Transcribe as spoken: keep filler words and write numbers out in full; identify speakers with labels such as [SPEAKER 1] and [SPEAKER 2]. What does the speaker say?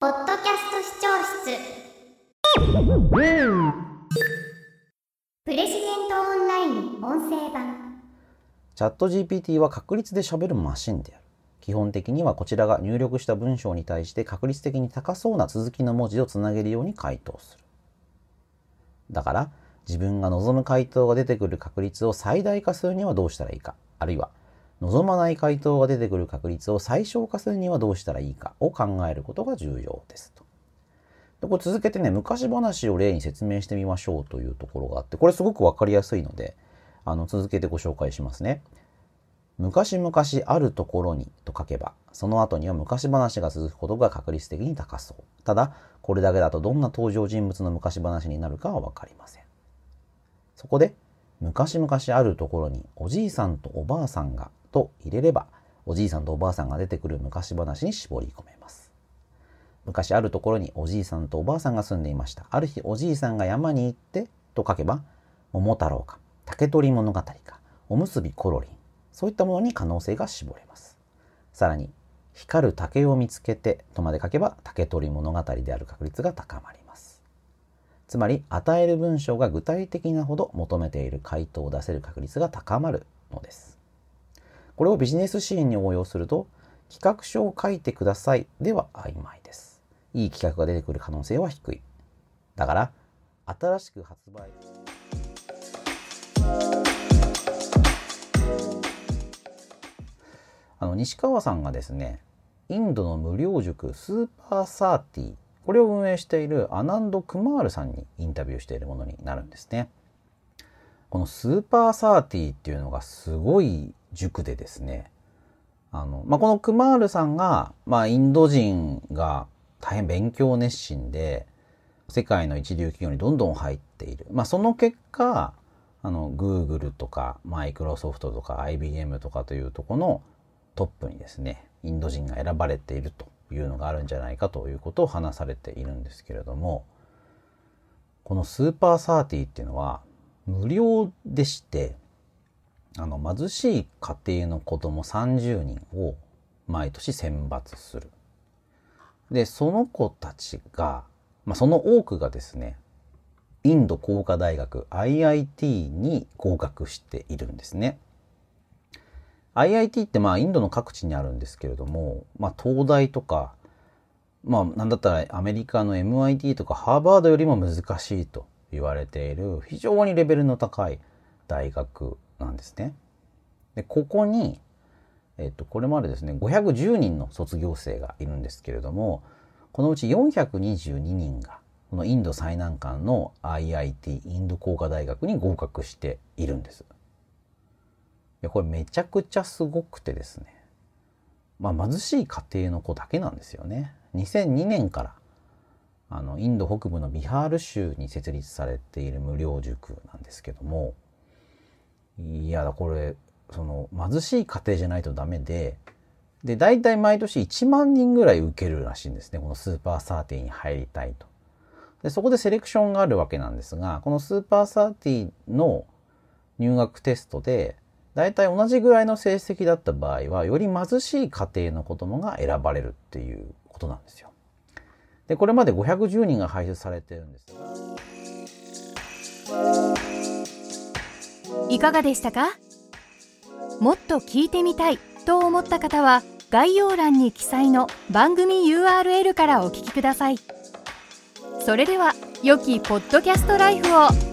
[SPEAKER 1] ポッドキャスト視聴室プレジデントオンライン音声版。
[SPEAKER 2] チャット ジーピーティー は確率で喋るマシンである。基本的にはこちらが入力した文章に対して確率的に高そうな続きの文字をつなげるように回答する。だから自分が望む回答が出てくる確率を最大化するにはどうしたらいいか、あるいは望まない回答が出てくる確率を最小化するにはどうしたらいいかを考えることが重要ですと。でこれ続けてね、昔話を例に説明してみましょうというところがあって、これすごくわかりやすいのであの続けてご紹介しますね。昔々あるところにと書けば、その後には昔話が続くことが確率的に高そう。ただこれだけだとどんな登場人物の昔話になるかはわかりません。そこで昔々あるところにおじいさんとおばあさんがと入れれば、おじいさんとおばあさんが出てくる昔話に絞り込めます。昔あるところにおじいさんとおばあさんが住んでいました。ある日おじいさんが山に行ってと書けば、桃太郎か竹取物語かおむすびコロリン、そういったものに可能性が絞れます。さらに光る竹を見つけてとまで書けば、竹取物語である確率が高まります。つまり与える文章が具体的なほど求めている回答を出せる確率が高まるのです。これをビジネスシーンに応用すると、企画書を書いてくださいでは曖昧です。いい企画が出てくる可能性は低い。だから新しく発売あの西川さんがですね、インドの無料塾スーパーサーティー、これを運営しているアナンド・クマールさんにインタビューしているものになるんですね。このスーパーサーティーっていうのがすごい塾でですね、あの、まあ、このクマールさんが、まあ、インド人が大変勉強熱心で世界の一流企業にどんどん入っている。まあ、その結果あの Google とかマイクロソフトとか アイビーエム とかというところのトップにですね、インド人が選ばれているというのがあるんじゃないかということを話されているんですけれども、このスーパーサーティーっていうのは無料でして、あの貧しい家庭の子供さんじゅうにんを毎年選抜する。でその子たちが、まあ、その多くがですね、インド工科大学 アイアイティー に合格しているんですね。アイアイティー ってまあインドの各地にあるんですけれども、まあ、東大とか、まあなんだったらアメリカの エムアイティー とかハーバードよりも難しいと言われている非常にレベルの高い大学なんですね。でここに、えっと、これまでですねごひゃくじゅうにんの卒業生がいるんですけれども、このうちよんひゃくにじゅうににんがこのインド最難関の アイアイティー インド工科大学に合格しているんです。いやこれめちゃくちゃすごくてですね、まあ、貧しい家庭の子だけなんですよね。にせんにねんからあのインド北部のビハール州に設立されている無料塾なんですけども、いやこれその貧しい家庭じゃないとダメで、で大体毎年いちまんにんぐらい受けるらしいんですね、このスーパーサーティーに入りたいと。でそこでセレクションがあるわけなんですが、このスーパーサーティーの入学テストで大体同じぐらいの成績だった場合は、より貧しい家庭の子供が選ばれるっていうことなんですよ。でこれまでごひゃくじゅうにんが輩出されてるんです
[SPEAKER 3] が、いかがでしたか？もっと聞いてみたいと思った方は、概要欄に記載の番組 ユーアールエル からお聞きください。それでは良きポッドキャストライフを。